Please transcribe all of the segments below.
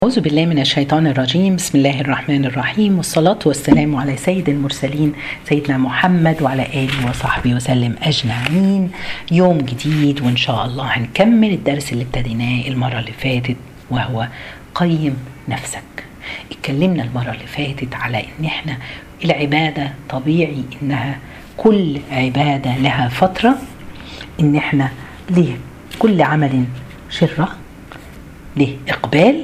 أعوذ بالله من الشيطان الرجيم. بسم الله الرحمن الرحيم، والصلاة والسلام على سيد المرسلين سيدنا محمد وعلى آله وصحبه وسلم أجمعين. يوم جديد وإن شاء الله هنكمل الدرس اللي ابتديناه المرة اللي فاتت، وهو قيم نفسك. اتكلمنا المرة اللي فاتت على إن احنا العبادة طبيعي إنها كل عبادة لها فترة، إن احنا ليه كل عمل شرة ليه إقبال،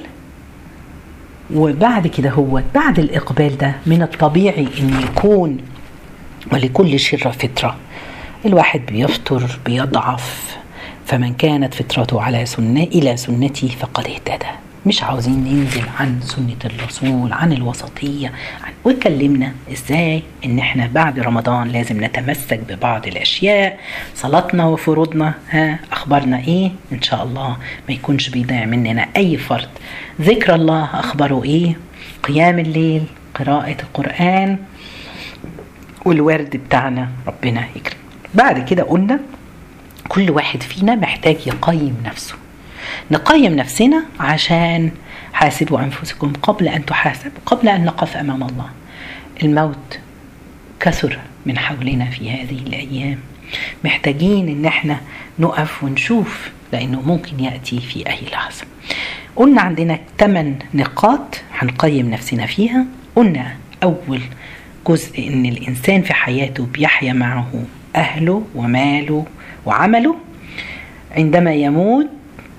وبعد كده هو بعد الإقبال ده من الطبيعي إن يكون ولكل شرة فترة. الواحد بيفطر بيضعف، فمن كانت فترته على إلى سنتي فقد اهتدى. مش عاوزين ننزل عن سنة الرسول، عن الوسطية، واتكلمنا ازاي ان احنا بعد رمضان لازم نتمسك ببعض الاشياء. صلاتنا وفروضنا اخبارنا ايه؟ ان شاء الله ما يكونش بيضيع مننا اي فرض. ذكر الله اخباره ايه؟ قيام الليل، قراءة القرآن، والورد بتاعنا ربنا يكرم. بعد كده قلنا كل واحد فينا محتاج يقيم نفسه. نقيم نفسنا عشان حاسبوا أنفسكم قبل أن تحاسبوا، قبل أن نقف أمام الله. الموت كثر من حولنا في هذه الأيام، محتاجين إن احنا نقف ونشوف، لأنه ممكن يأتي في أي لحظة. قلنا عندنا 8 نقاط هنقيم نفسنا فيها. قلنا أول جزء إن الإنسان في حياته بيحيا معه أهله وماله وعمله. عندما يموت،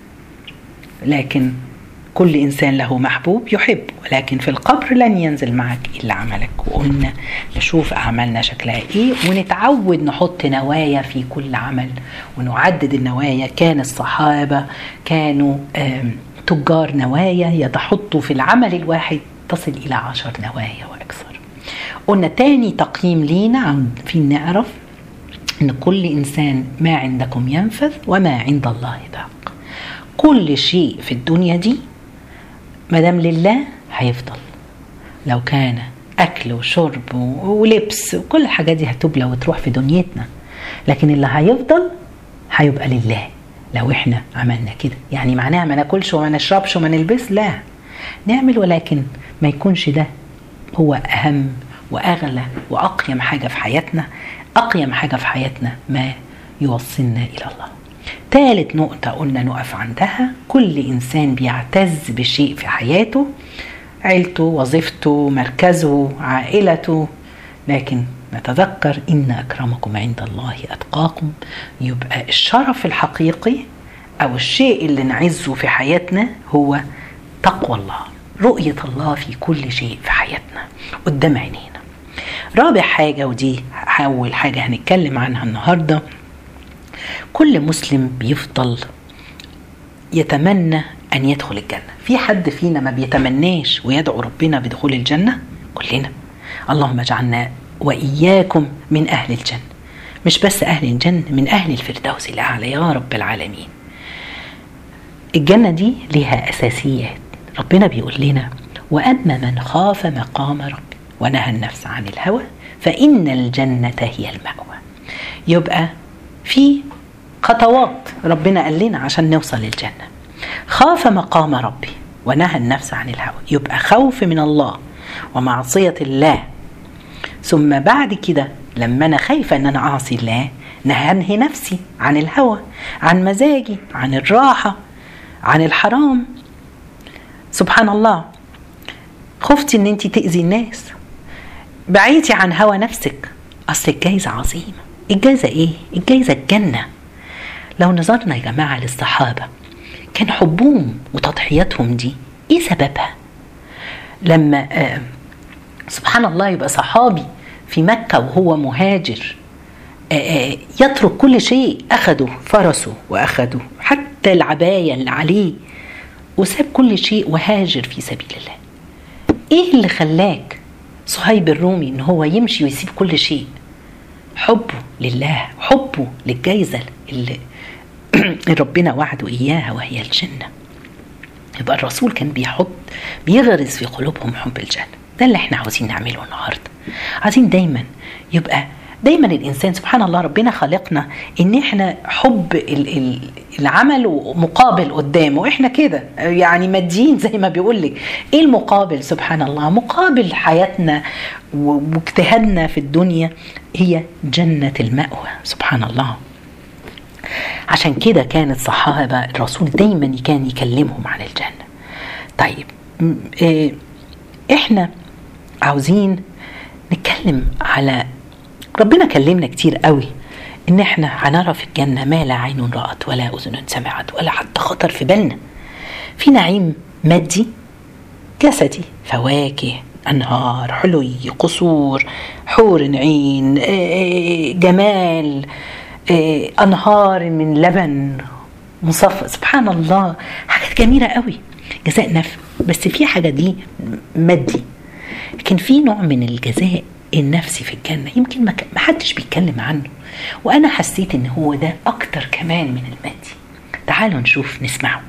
لكن كل إنسان له محبوب يحب، ولكن في القبر لن ينزل معك إلا عملك. وقلنا نشوف أعمالنا شكلها إيه، ونتعود نحط نوايا في كل عمل ونعدد النوايا. كان الصحابة كانوا تجار نوايا، يتحطوا في العمل الواحد تصل إلى 10 نوايا وأكثر. قلنا تاني تقييم لينا في نعرف أن كل إنسان ما عندكم ينفذ وما عند الله باق. كل شيء في الدنيا دي مدام لله هيفضل. لو كان أكل وشرب ولبس وكل الحاجات دي هتبلى وتروح في دنيتنا، لكن اللي هيفضل هيبقى لله. لو احنا عملنا كده يعني معناها ما ناكلش وما نشربش وما نلبس، لا، نعمل، ولكن ما يكونش ده هو أهم وأغلى وأقيم حاجة في حياتنا. أقيم حاجة في حياتنا ما يوصلنا إلى الله. ثالث نقطة قلنا نقف عندها، كل إنسان بيعتز بشيء في حياته، عيلته، وظيفته، مركزه، عائلته، لكن نتذكر إن أكرمكم عند الله أتقاكم. يبقى الشرف الحقيقي أو الشيء اللي نعزه في حياتنا هو تقوى الله، رؤية الله في كل شيء في حياتنا قدام عينينا. رابع حاجة، ودي أول حاجة هنتكلم عنها النهاردة، كل مسلم بيفضل يتمنى أن يدخل الجنة. في حد فينا ما بيتمناش ويدعو ربنا بدخول الجنة؟ كلنا. اللهم اجعلنا وإياكم من أهل الجنة، مش بس أهل الجنة، من أهل الفردوس الأعلى يا رب العالمين. الجنة دي لها أساسيات. ربنا بيقول لنا: وأما من خاف مقام ربي ونهى النفس عن الهوى فإن الجنة هي المأوى. يبقى في خطوات ربنا قال لنا عشان نوصل للجنة. خاف مقام ربي ونهى النفس عن الهوى، يبقى خوف من الله ومعصية الله. ثم بعد كده لما أنا خايفة أن أنا أعصي الله، نهي نفسي عن الهوى، عن مزاجي، عن الراحة، عن الحرام. سبحان الله، خفتي أن أنت تأذي الناس، بعيتي عن هوى نفسك. أصل الجايزة عظيمة. الجايزة إيه؟ الجايزة الجنة. لو نظرنا يا جماعة للصحابة، كان حبهم وتضحياتهم دي إيه سببها؟ لما سبحان الله يبقى صحابي في مكة وهو مهاجر، يترك كل شيء، أخذوا فرسه وأخذوا حتى العباية اللي عليه، وساب كل شيء وهاجر في سبيل الله. إيه اللي خلاك صهيب الرومي إن هو يمشي ويسيب كل شيء؟ حبه لله، حبه للجايزة اللي ربنا وعده إياها وهي الجنة. يبقى الرسول كان بيغرس في قلوبهم حب الجنة. ده اللي احنا عاوزين نعمله النهاردة. عايزين دايما الإنسان، سبحان الله، ربنا خلقنا إن احنا حب العمل ومقابل قدامه. احنا كده يعني ماديين زي ما بيقول لك. ايه المقابل؟ سبحان الله، مقابل حياتنا واجتهادنا في الدنيا هي جنة المأوى. سبحان الله. عشان كده كانت الصحابة الرسول دايما كان يكلمهم عن الجنة. طيب احنا عاوزين نتكلم على ربنا. كلمنا كتير قوي ان احنا هنرى في الجنة ما لا عين رأت ولا اذن سمعت ولا حتى خطر في بالنا. في نعيم مادي جسدي، فواكه، انهار، حلي، قصور، حور عين، جمال، انهار من لبن مصفى. سبحان الله، حاجات جميلة قوي، جزاء نفع. بس في حاجة دي مادي، لكن في نوع من الجزاء النفسي في الجنة يمكن ما حدش بيتكلم عنه، وأنا حسيت إن هو ده أكتر كمان من المادي. تعالوا نشوف نسمعه.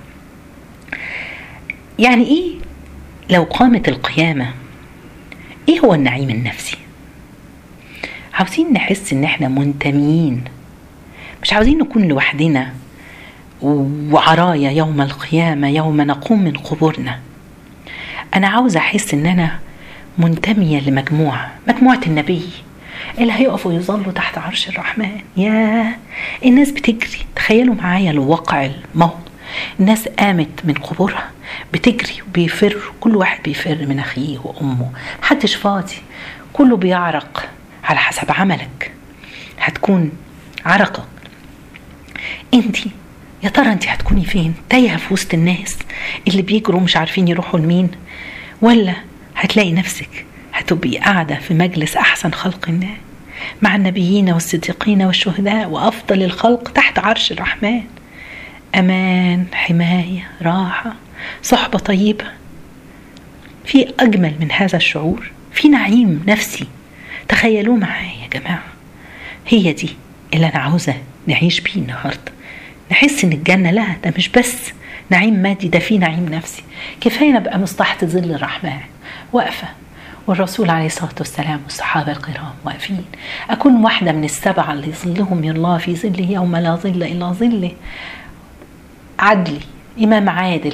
يعني إيه لو قامت القيامة؟ إيه هو النعيم النفسي؟ عاوزين نحس إن إحنا منتمين، مش عاوزين نكون لوحدنا وعرايا يوم القيامة يوم نقوم من قبورنا. أنا عاوزة أحس إن أنا منتمية لمجموعة النبي اللي هيقفوا يظلوا تحت عرش الرحمن. يا الناس بتجري، تخيلوا معايا الواقع الموت. الناس قامت من قبورها بتجري وبيفر، كل واحد بيفر من أخيه وأمه، محدش فاضي، كله بيعرق على حسب عملك. هتكون عرقك انتي، يا ترى انتي هتكوني فين؟ تايهة في وسط الناس اللي بيجروا مش عارفين يروحوا لمين، ولا هتلاقي نفسك هتبقي قاعدة في مجلس أحسن خلق الله مع النبيين والصديقين والشهداء وأفضل الخلق تحت عرش الرحمن؟ أمان، حماية، راحة، صحبة طيبة. في أجمل من هذا الشعور؟ في نعيم نفسي. تخيلوه معايا يا جماعة. هي دي اللي أنا عاوزة نعيش بيه النهاردة. نحس إن الجنة لا، ده مش بس نعيم مادي، ده في نعيم نفسي. كفاية نبقى مصلحة ظل الرحمن واقفة، والرسول عليه الصلاة والسلام والصحابة الكرام واقفين. أكون واحدة من السبعة اللي يظلهم الله في ظله يوم لا ظل إلا ظله. عدلي، إمام عادل،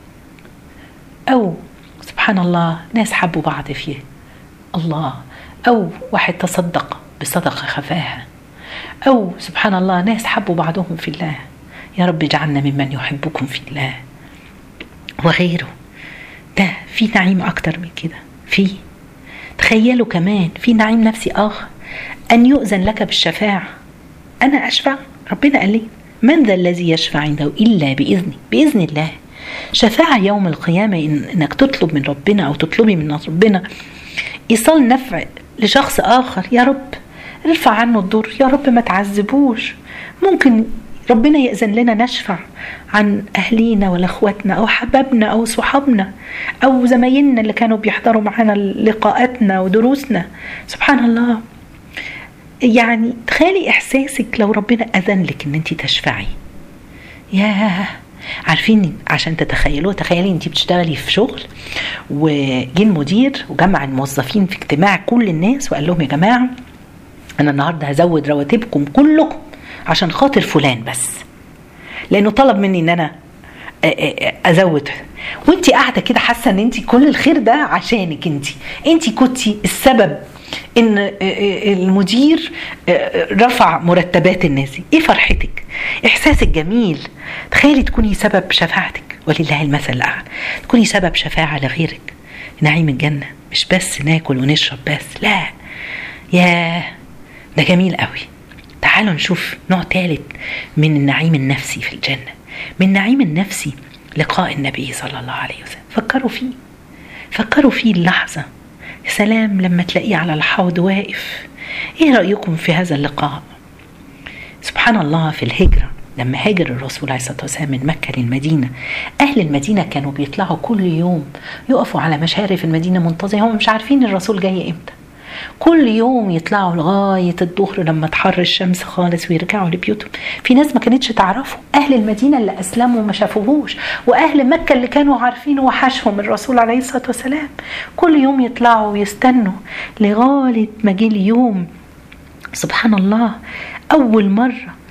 أو سبحان الله ناس حبوا بعض فيه الله، أو واحد تصدق بصدقة خفاها، أو سبحان الله ناس حبوا بعضهم في الله. يا رب اجعلنا ممن يحبكم في الله وغيره. ده في نعيم أكتر من كده. في تخيلوا كمان في نعيم نفسي آخر، أن يؤذن لك بالشفاعة. أنا أشفع؟ ربنا قال لي من ذا الذي يشفع عنده إلا بإذنه، بإذن الله. شفاعة يوم القيامة إنك تطلب من ربنا أو تطلبي من ربنا إيصال نفع لشخص آخر. يا رب ارفع عنه الضر، يا رب ما تعذبوش. ممكن ربنا يأذن لنا نشفع عن أهلينا ولا أخواتنا أو حبابنا أو صحابنا أو زمايلنا اللي كانوا بيحضروا معنا لقاءاتنا ودروسنا. سبحان الله. يعني تخيلي إحساسك لو ربنا أذن لك إن أنت تشفعي. ياه، عارفين عشان تتخيلوا، تخيلي أنت بتشتغلي في شغل وجي المدير وجمع الموظفين في اجتماع كل الناس وقال لهم يا جماعة أنا النهاردة هزود رواتبكم كلكم عشان خاطر فلان بس، لأنه طلب مني إن أنا أزود. وانتي قاعدة كده حاسة إن انتي كل الخير ده عشانك، انتي كنتي السبب إن المدير رفع مرتبات الناس. إيه فرحتك؟ إحساسك جميل. تخيلي تكوني سبب شفاعتك، ولله المثل الأعلى، تكوني سبب شفاعة لغيرك. نعيم الجنة مش بس ناكل ونشرب بس، لا، يا ده جميل قوي. تعالوا نشوف نوع ثالث من النعيم النفسي في الجنة. من النعيم النفسي لقاء النبي صلى الله عليه وسلم. فكروا فيه اللحظة. سلام لما تلاقيه على الحوض واقف. ايه رأيكم في هذا اللقاء؟ سبحان الله. في الهجرة لما هاجر الرسول عليه الصلاة والسلام من مكة للمدينة، أهل المدينة كانوا بيطلعوا كل يوم يقفوا على مشارف المدينة منتظرين، هم مش عارفين الرسول جاي امتى. كل يوم يطلعوا لغاية الظهر لما تحر الشمس خالص ويرجعوا لبيوتهم. في ناس ما كانتش تعرفه، أهل المدينة اللي أسلموا ما شافوهوش، وأهل مكة اللي كانوا عارفين وحشهم الرسول عليه الصلاة والسلام. كل يوم يطلعوا ويستنوا لغاية ما جه اليوم. سبحان الله. أول مرة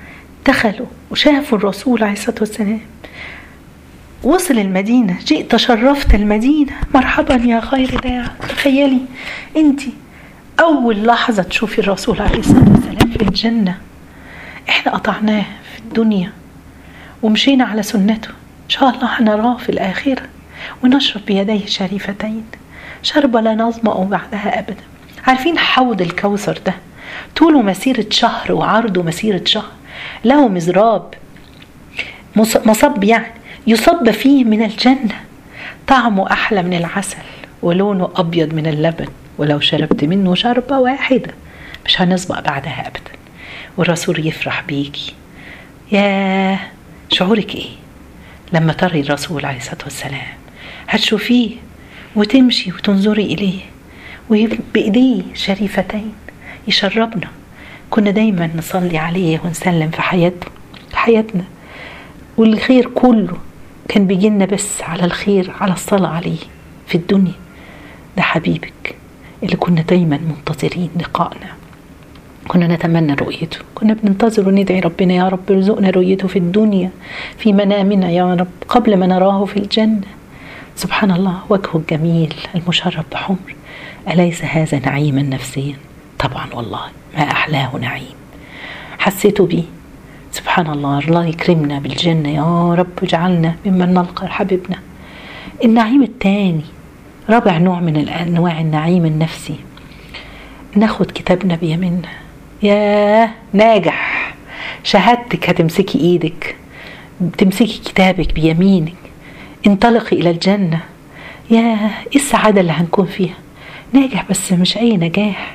دخلوا وشافوا الرسول عليه الصلاة والسلام. وصل المدينة، جئت شرفت المدينة، مرحبا يا خير داع. تخيلي انت أول لحظة تشوفي الرسول عليه الصلاة والسلام في الجنة. احنا قطعناه في الدنيا ومشينا على سنته، إن شاء الله هنراه في الآخرة ونشرب بيديه شريفتين شربة لا نظمأ بعدها أبدا. عارفين حوض الكوثر ده طوله مسيرة شهر وعرضه مسيرة شهر، له مزراب مصب يعني يصب فيه من الجنة، طعمه أحلى من العسل ولونه أبيض من اللبن، ولو شربت منه شربة واحدة مش هنظمأ بعدها أبدا. والرسول يفرح بيكي. يا شعورك إيه لما تري الرسول عليه الصلاة والسلام؟ هتشوفيه وتمشي وتنظري إليه وبإيديه شريفتين يشربنا. كنا دايما نصلي عليه ونسلم في حياتنا، والخير كله كان بيجينا بس على الخير، على الصلاة عليه في الدنيا. ده حبيبك اللي كنا دايما منتظرين لقائنا، كنا نتمنى رؤيته، كنا بننتظر وندعي ربنا يا رب ارزقنا رؤيته في الدنيا في منامنا يا رب قبل ما نراه في الجنة. سبحان الله، وجهه الجميل المشرب بحمر، أليس هذا نعيما نفسيا؟ طبعا والله ما أحلاه نعيم. حسيتوا بيه؟ سبحان الله. الله يكرمنا بالجنة يا رب، واجعلنا ممن نلقى حبيبنا. النعيم الثاني، رابع نوع من أنواع النعيم النفسي، ناخد كتابنا بيميننا. يا ناجح، شهادتك هتمسكي ايدك، تمسكي كتابك بيمينك، انطلقي الى الجنة. يا ايه السعادة اللي هنكون فيها. ناجح بس مش اي نجاح.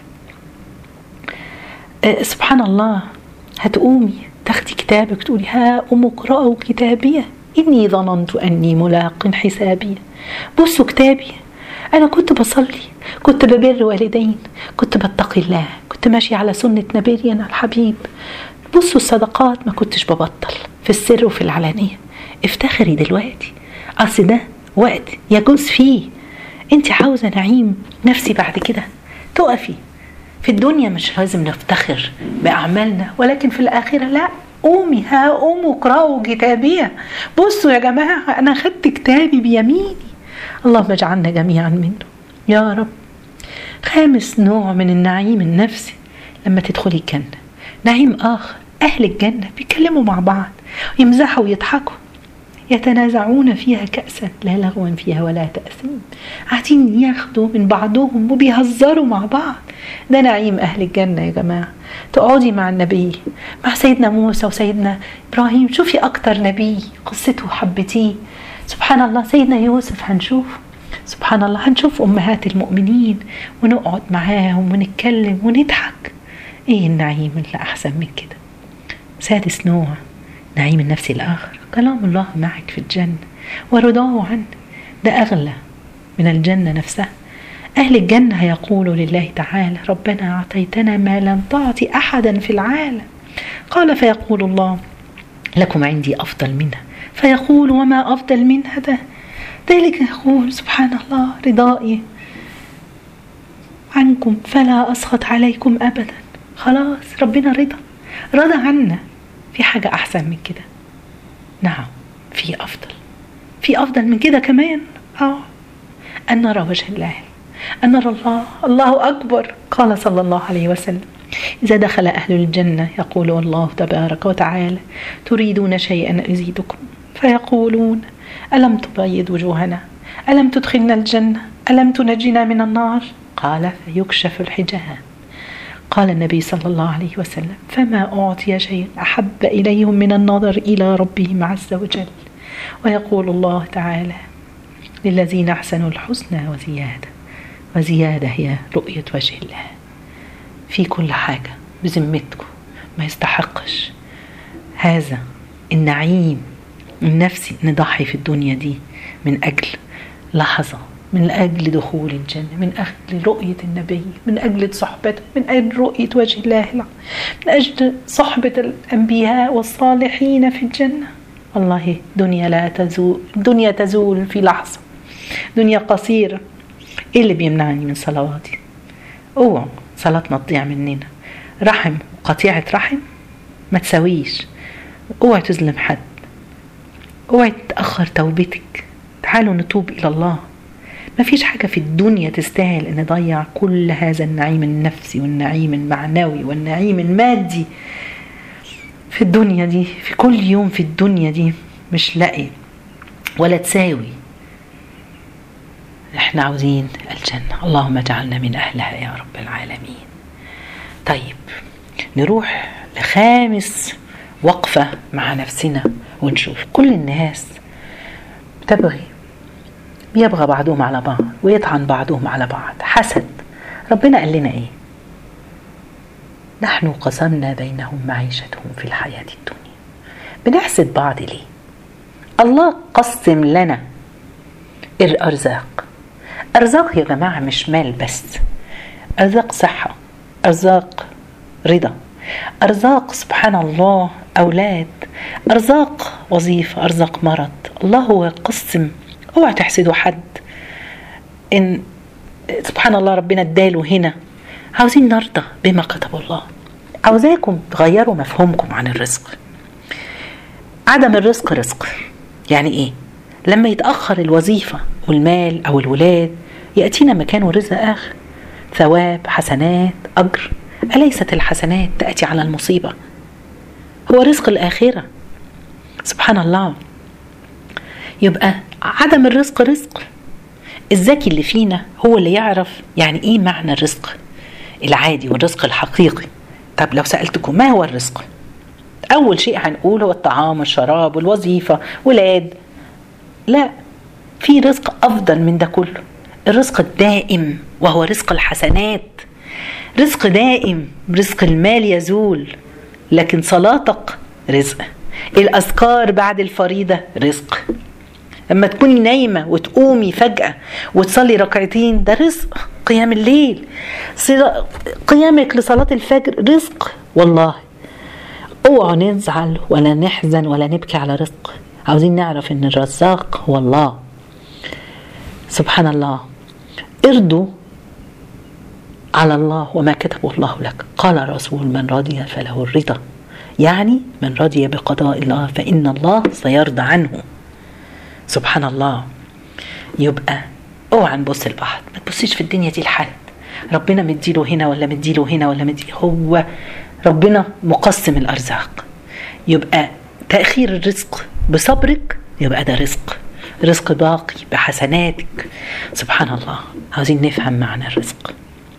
سبحان الله، هتقومي تاخدي كتابك تقولي ها اقرأوا كتابي اني ظننت اني ملاق حسابي. بصوا كتابي، أنا كنت بصلي، كنت ببر والدين، كنت بتقي الله، كنت ماشي على سنة نبينا الحبيب. بصوا الصدقات، ما كنتش ببطل في السر وفي العلانية. افتخري دلوقتي، أصل ده وقت يجوز فيه. انت عاوزة نعيم نفسي بعد كده، تقفي في الدنيا. مش لازم نفتخر بأعمالنا، ولكن في الآخرة لا. قومي قوموا اقرأوا كتابي. بصوا يا جماعة، أنا خدت كتابي بيميني. اللهم اجعلنا جميعا منه يا رب. خامس نوع من النعيم النفسي، لما تدخلي الجنة نعيم آخر. أهل الجنة بيتكلموا مع بعض، يمزحوا ويضحكوا، يتنازعون فيها كأسا لا لغوا فيها ولا تأثيم. قاعدين ياخدوا من بعضهم وبيهزروا مع بعض. ده نعيم أهل الجنة يا جماعة. تقعدي مع النبي، مع سيدنا موسى وسيدنا إبراهيم، شوفي أكتر نبي قصته حبتيه. سبحان الله، سيدنا يوسف هنشوف، سبحان الله هنشوف أمهات المؤمنين ونقعد معاهم ونتكلم ونضحك. إيه النعيم اللي أحسن من كده. سادس نوع نعيم النفسي الآخر، كلام الله معك في الجنة ورضاه عنه. ده أغلى من الجنة نفسها. أهل الجنة هيقولوا لله تعالى ربنا أعطيتنا ما لم تعطي أحدا في العالم. قال فيقول الله لكم عندي أفضل منها. فيقول وما أفضل منها ده؟ ذلك يقول سبحان الله رضائي عنكم فلا أسخط عليكم أبدا. خلاص ربنا رضى عنا. في حاجة أحسن من كده؟ نعم، في أفضل من كده كمان. أن نرى وجه الله، أن نرى الله أكبر. قال صلى الله عليه وسلم إذا دخل أهل الجنة يقول الله تبارك وتعالى تريدون شيئا أزيدكم، فيقولون ألم تبيض وجوهنا، ألم تدخلنا الجنة، ألم تنجنا من النار؟ قال فيكشف الحجاب. قال النبي صلى الله عليه وسلم فما أعطي شيء أحب إليهم من النظر إلى ربهم عز وجل. ويقول الله تعالى للذين أحسنوا الحسنى وزيادة هي رؤية وجه الله. في كل حاجة بذمتكم ما يستحقش هذا النعيم النفسي نضحي في الدنيا دي من أجل لحظة، من أجل دخول الجنة، من أجل رؤية النبي، من أجل صحبته، من أجل رؤية وجه الله، من أجل صحبة الأنبياء والصالحين في الجنة. والله دنيا تزول في لحظة، دنيا قصيرة. إيه اللي بيمنعني من صلواتي؟ صلاتنا تضيع مننا. رحم وقطيعة رحم ما تسويش اوعي تظلم حد، اوعي تأخر توبتك. تعالوا نتوب إلى الله. ما فيش حاجة في الدنيا تستاهل ان نضيع كل هذا النعيم النفسي والنعيم المعنوي والنعيم المادي في الدنيا دي، في كل يوم في الدنيا دي مش لاقي ولا تساوي. احنا عاوزين الجنة، اللهم اجعلنا من أهلها يا رب العالمين. طيب نروح لخامس وقفة مع نفسنا ونشوف. كل الناس بيبغى بعضهم على بعض ويطعن بعضهم على بعض، حسد. ربنا قال لنا ايه؟ نحن قسمنا بينهم معيشتهم في الحياة الدنيا. بنحسد بعض ليه؟ الله قسم لنا الأرزاق. أرزاق يا جماعة مش مال بس، أرزاق صحة، أرزاق رضا، أرزاق سبحان الله أولاد، أرزاق وظيفة، أرزاق مرض. الله هو قسم. اوعى تحسدوا حد إن سبحان الله ربنا اداله هنا. عاوزين نرضى بما كتب الله. عاوزاكم تغيروا مفهومكم عن الرزق. عدم الرزق رزق يعني ايه؟ لما يتأخر الوظيفة والمال أو الولاد يأتينا مكانه رزق آخر، ثواب، حسنات، أجر. أليست الحسنات تأتي على المصيبة؟ هو رزق الآخرة سبحان الله. يبقى عدم الرزق رزق. الذكي اللي فينا هو اللي يعرف يعني ايه معنى الرزق العادي والرزق الحقيقي. طب لو سألتكم ما هو الرزق؟ أول شيء هنقول هو الطعام والشراب والوظيفة ولاد. لا، في رزق أفضل من ده كله، الرزق الدائم وهو رزق الحسنات. رزق دائم، رزق المال يزول لكن صلاتك رزق. الأذكار بعد الفريضة رزق. لما تكوني نايمة وتقومي فجأة وتصلي ركعتين ده رزق. قيام الليل، قيامك لصلاة الفجر رزق. والله اوعوا نزعل ولا نحزن ولا نبكي على رزق. عاوزين نعرف ان الرزاق هو الله سبحان الله. ارضوا على الله وما كتبه الله لك. قال الرسول من رضي فله الرضا، يعني من رضي بقضاء الله فإن الله سيرضى عنه سبحان الله. يبقى اوعى نبص لبعض، ما تبصيش في الدنيا دي لحد ربنا مديله هنا ولا مديله هنا ولا مديله. هو ربنا مقسم الأرزاق. يبقى تأخير الرزق بصبرك يبقى ده رزق، رزق باقي بحسناتك سبحان الله. عاوزين نفهم معنى الرزق.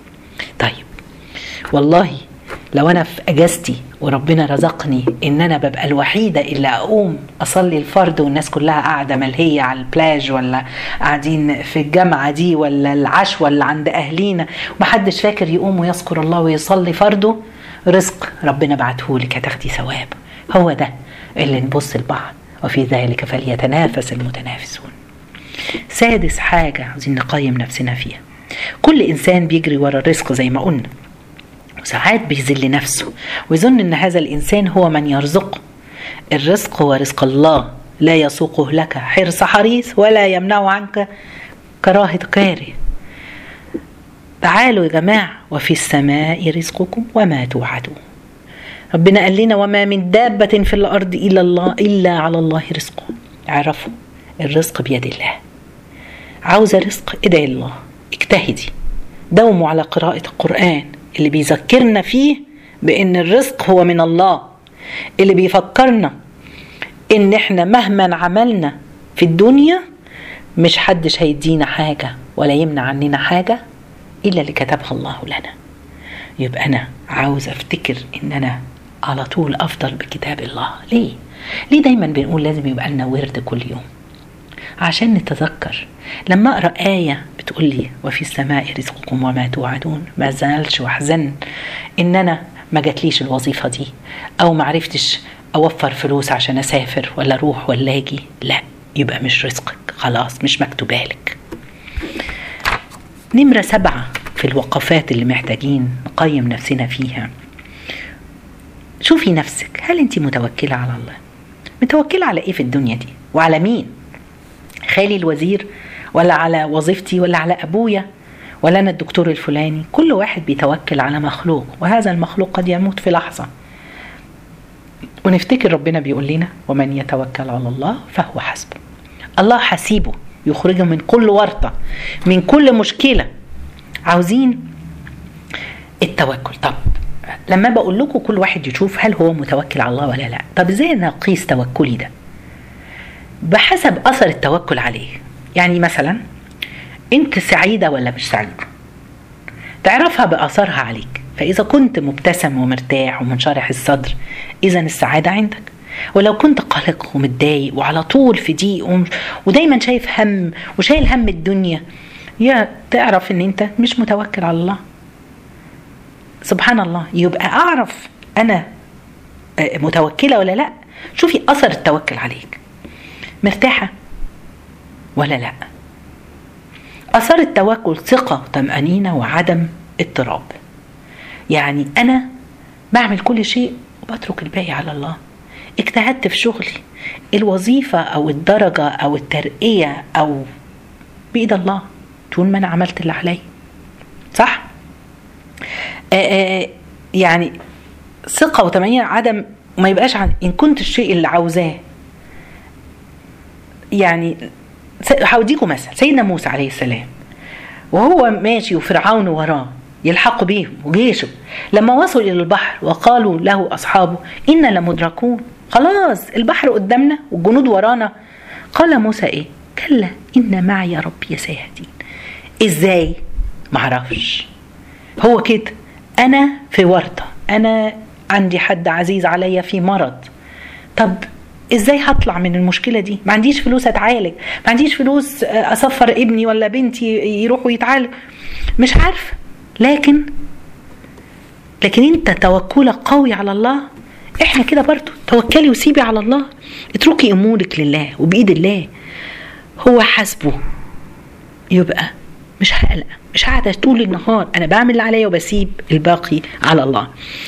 طيب والله لو أنا في أجازتي وربنا رزقني إن أنا ببقى الوحيدة اللي أقوم أصلي الفرض والناس كلها قاعدة ملهية على البلاج ولا قاعدين في الجامعة دي ولا العشوة اللي عند أهلينا ومحدش فاكر يقوم ويذكر الله ويصلي فرضه، رزق ربنا بعتهولك هتاخدي ثواب. هو ده اللي نبص لبعض وفي ذلك فليتنافس المتنافسون. سادس حاجة عايزين نقيم نفسنا فيها. كل إنسان بيجري ورا الرزق زي ما قلنا، وساعات بيذل نفسه ويظن ان هذا الانسان هو من يرزقه. الرزق هو رزق الله، لا يسوقه لك حرص حريص ولا يمنع عنك كراهة كاره. تعالوا يا جماعة وفي السماء رزقكم وما توعدون. ربنا قال لنا وما من دابة في الأرض إلا على الله رزقه. اعرفوا الرزق بيد الله. عاوزة رزق ادعي الله، اجتهدي، دوموا على قراءة القرآن اللي بيذكرنا فيه بأن الرزق هو من الله، اللي بيفكرنا إن إحنا مهما عملنا في الدنيا مش حدش هيدينا حاجة ولا يمنع عننا حاجة إلا اللي كتبها الله لنا. يبقى أنا عاوز أفتكر إن أنا على طول أفضل بكتاب الله. ليه دايما بنقول لازم يبقى لنا ورد كل يوم؟ عشان نتذكر. لما أقرأ آية بتقول لي وفي السماء رزقكم وما توعدون، ما زالش وحزن إن أنا ما جاتليش الوظيفة دي أو ما عرفتش أوفر فلوس عشان أسافر ولا أروح ولا أجي. لا، يبقى مش رزقك، خلاص مش مكتوبالك. نمرة 7 في الوقفات اللي محتاجين نقيم نفسنا فيها. شوفي نفسك، هل أنت متوكلة على الله؟ متوكلة على إيه في الدنيا دي وعلى مين؟ خالي الوزير ولا على وظيفتي ولا على أبويا ولا أنا الدكتور الفلاني؟ كل واحد بيتوكل على مخلوق، وهذا المخلوق قد يموت في لحظة. ونفتكر ربنا بيقول لنا ومن يتوكل على الله فهو حسبه. الله حسيبه يخرجه من كل ورطة، من كل مشكلة. عاوزين التوكل. طب لما بقول لكم كل واحد يشوف هل هو متوكل على الله ولا لا. طب ازاي انا اقيس توكلي ده؟ بحسب اثر التوكل عليه. يعني مثلا انت سعيدة ولا مش سعيدة، تعرفها بأثرها عليك. فإذا كنت مبتسم ومرتاح ومنشرح الصدر، إذا السعادة عندك. ولو كنت قلق ومتضايق وعلى طول في ضيق ودايما شايف هم وشايل هم الدنيا، يا تعرف ان انت مش متوكل على الله. سبحان الله. يبقى اعرف انا متوكلة ولا لا. شوفي اثر التوكل عليك، مرتاحة ولا لا. اثر التوكل ثقة وطمأنينة وعدم اضطراب. يعني انا بعمل كل شيء وبترك الباقي على الله. اجتهدت في شغلي، الوظيفة او الدرجة او الترقية او بإيد الله، طول ما انا عملت اللي علي. صح؟ يعني ثقة وطمأنينة، عدم ما يبقاش ان كنت الشيء اللي عاوزاه. يعني هوديكم مثلا سيدنا موسى عليه السلام وهو ماشي وفرعون وراه يلحقوا بيهم وجيشه، لما وصلوا إلى البحر وقالوا له أصحابه إنا لمدركون، خلاص البحر قدامنا والجنود ورانا. قال موسى إيه؟ كلا إن معي ربي سيهدين. إزاي؟ معرفش. هو كده، أنا في ورطة، أنا عندي حد عزيز عليا في مرض. طب ازاي هطلع من المشكلة دي؟ ما عنديش فلوس اتعالج، ما عنديش فلوس اسفر ابني ولا بنتي يروحوا يتعالج، مش عارفة. لكن انت توكلك قوي على الله. احنا كده برضو توكلي وسيبي على الله، اتركي امورك لله وبايد الله، هو حسبه. يبقى مش هقلق، مش قاعدة طول النهار انا بعمل اللي عليا وبسيب الباقي على الله.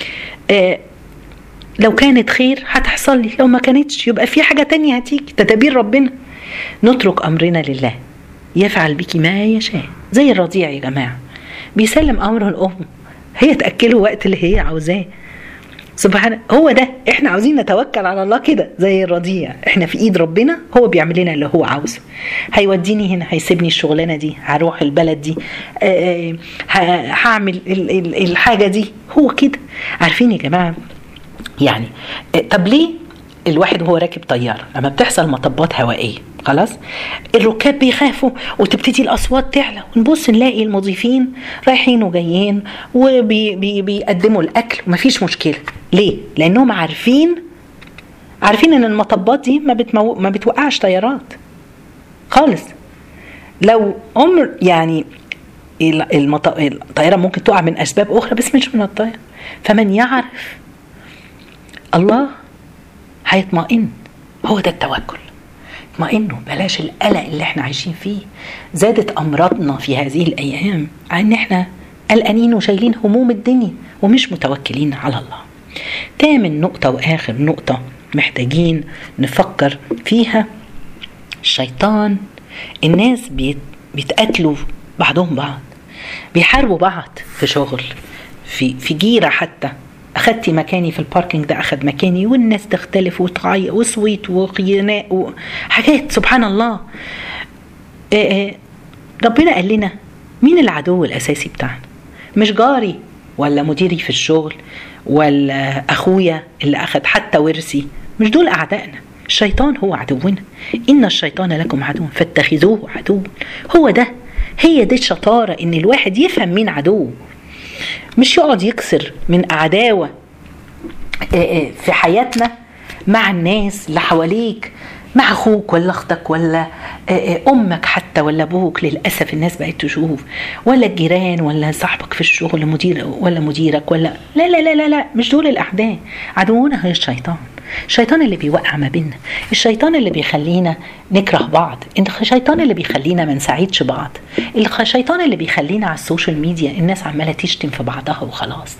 لو كانت خير هتحصل لي، لو ما كانتش يبقى في حاجة تانية هتيجي، تدابير ربنا. نترك أمرنا لله يفعل بك ما يشاء. زي الرضيع يا جماعة، بيسلم أمره الأم، هي تأكله وقت اللي هي عاوزاه. سبحانه. هو ده احنا عاوزين نتوكل على الله كده زي الرضيع. احنا في ايد ربنا، هو بيعمل لنا اللي هو عاوزه. هيوديني هنا، هيسيبني الشغلانة دي، هروح البلد دي، هعمل الحاجة دي. هو كده. عارفين يا جماعة يعني طب ليه الواحد وهو راكب طيارة لما بتحصل مطبات هوائية خلاص الركاب بيخافوا وتبتدي الأصوات تعلى، ونبص نلاقي المضيفين رايحين وجايين وبيقدموا الأكل ومفيش مشكلة. ليه؟ لأنهم عارفين ان المطبات دي ما بتوقعش طيارات خالص. لو يعني الطيارة ممكن تقع من أسباب أخرى بس مش من الطيارة. فمن يعرف الله هيطمئن. هو ده التوكل. اطمئنوا، بلاش القلق اللي احنا عايشين فيه. زادت امراضنا في هذه الايام ان احنا قلقانين وشايلين هموم الدنيا ومش متوكلين على الله. تامن نقطة واخر نقطة محتاجين نفكر فيها، الشيطان. الناس بيتقاتلوا بعضهم بعض، بيحاربوا بعض في شغل، في جيرة حتى. أخدتي مكاني في الباركينج، ده أخد مكاني، والناس تختلف وتعيق وصويت وخيانات وحاجات. سبحان الله. ربنا قال لنا مين العدو الأساسي بتاعنا؟ مش جاري ولا مديري في الشغل ولا أخويا اللي أخد حتى ورثي، مش دول أعدائنا. الشيطان هو عدونا. إن الشيطان لكم عدو فاتخذوه عدو. هي دي الشطارة، إن الواحد يفهم مين عدو، مش يقعد يكسر من عداوة في حياتنا مع الناس اللي حواليك، مع أخوك ولا أختك ولا أمك حتى ولا أبوك. للأسف الناس بقت تشوف، ولا الجيران ولا صاحبك في الشغل ولا مديرك ولا لا لا لا لا لا، مش دول الأعداء. عدونا هي الشيطان. الشيطان اللي بيوقع ما بيننا، الشيطان اللي بيخلينا نكره بعض، الشيطان اللي بيخلينا ما نساعدش بعض، الشيطان اللي بيخلينا على السوشيال ميديا الناس عمالة تشتم في بعضها وخلاص.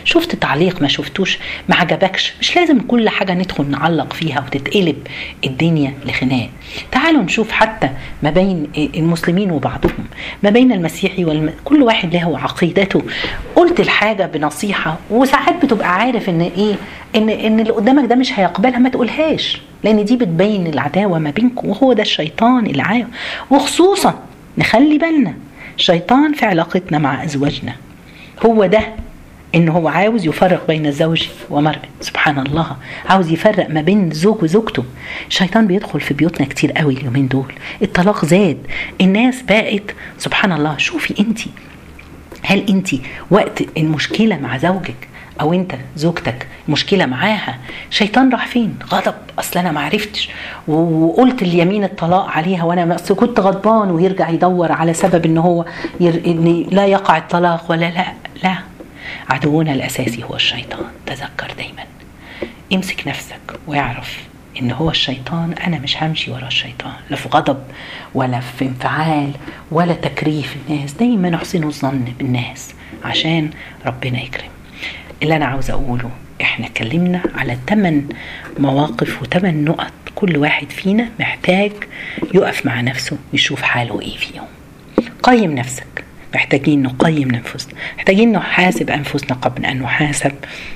شفت تعليق ما شفتوش ما عجبكش، مش لازم كل حاجة ندخل نعلق فيها وتتقلب الدنيا لخناق. تعالوا نشوف حتى ما بين المسلمين وبعضهم، ما بين المسيحي كل واحد له عقيدته. قلت الحاجة بنصيحة وساعات بتبقى عارف ان ايه، ان اللي قدامك ده مش هيقبلها، ما تقولهاش، لان دي بتبين العداوة ما بينكم، وهو ده الشيطان العاوي. وخصوصا نخلي بالنا الشيطان في علاقتنا مع ازواجنا، هو ده ان هو عاوز يفرق بين الزوج ومرأة. سبحان الله، عاوز يفرق ما بين زوج وزوجته. الشيطان بيدخل في بيوتنا كتير قوي اليومين دول، الطلاق زاد، الناس بقت سبحان الله. شوفي انتي، هل انتي وقت المشكلة مع زوجك او انت زوجتك مشكلة معاها، شيطان راح فين؟ غضب، اصل انا ما عرفتش وقلت اليمين الطلاق عليها وانا كنت غضبان، ويرجع يدور على سبب ان هو إن لا يقع الطلاق ولا لا. عدونا الاساسي هو الشيطان. تذكر دايما، امسك نفسك واعرف ان هو الشيطان. انا مش همشي ورا الشيطان، لا في غضب ولا في انفعال ولا تكريف الناس. دايما احسنوا الظن بالناس عشان ربنا يكرم. اللي انا عاوز اقوله، احنا اتكلمنا على 8 مواقف و8 نقط كل واحد فينا محتاج يقف مع نفسه ويشوف حاله ايه فيهم. قيم نفسك، محتاجين نقيم نفسنا، محتاجين نحاسب انفسنا قبل ان نحاسب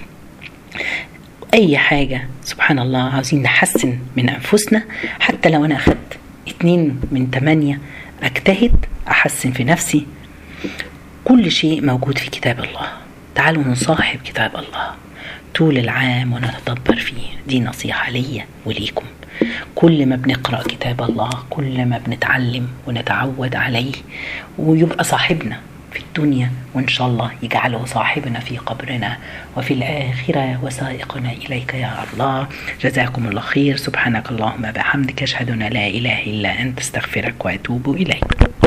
اي حاجة. سبحان الله، عاوزين نحسن من انفسنا. حتى لو انا اخدت 2 من 8 اجتهد احسن في نفسي. كل شيء موجود في كتاب الله، تعالوا نصاحب كتاب الله طول العام ونتدبر فيه. دي نصيحة ليا وليكم. كل ما بنقرأ كتاب الله كل ما بنتعلم ونتعود عليه، ويبقى صاحبنا في الدنيا، وإن شاء الله يجعله صاحبنا في قبرنا وفي الآخرة وسائقنا إليك يا الله. جزاكم الله خير. سبحانك اللهم بحمدك، أشهد أن لا إله إلا أنت، استغفرك وأتوب إليك.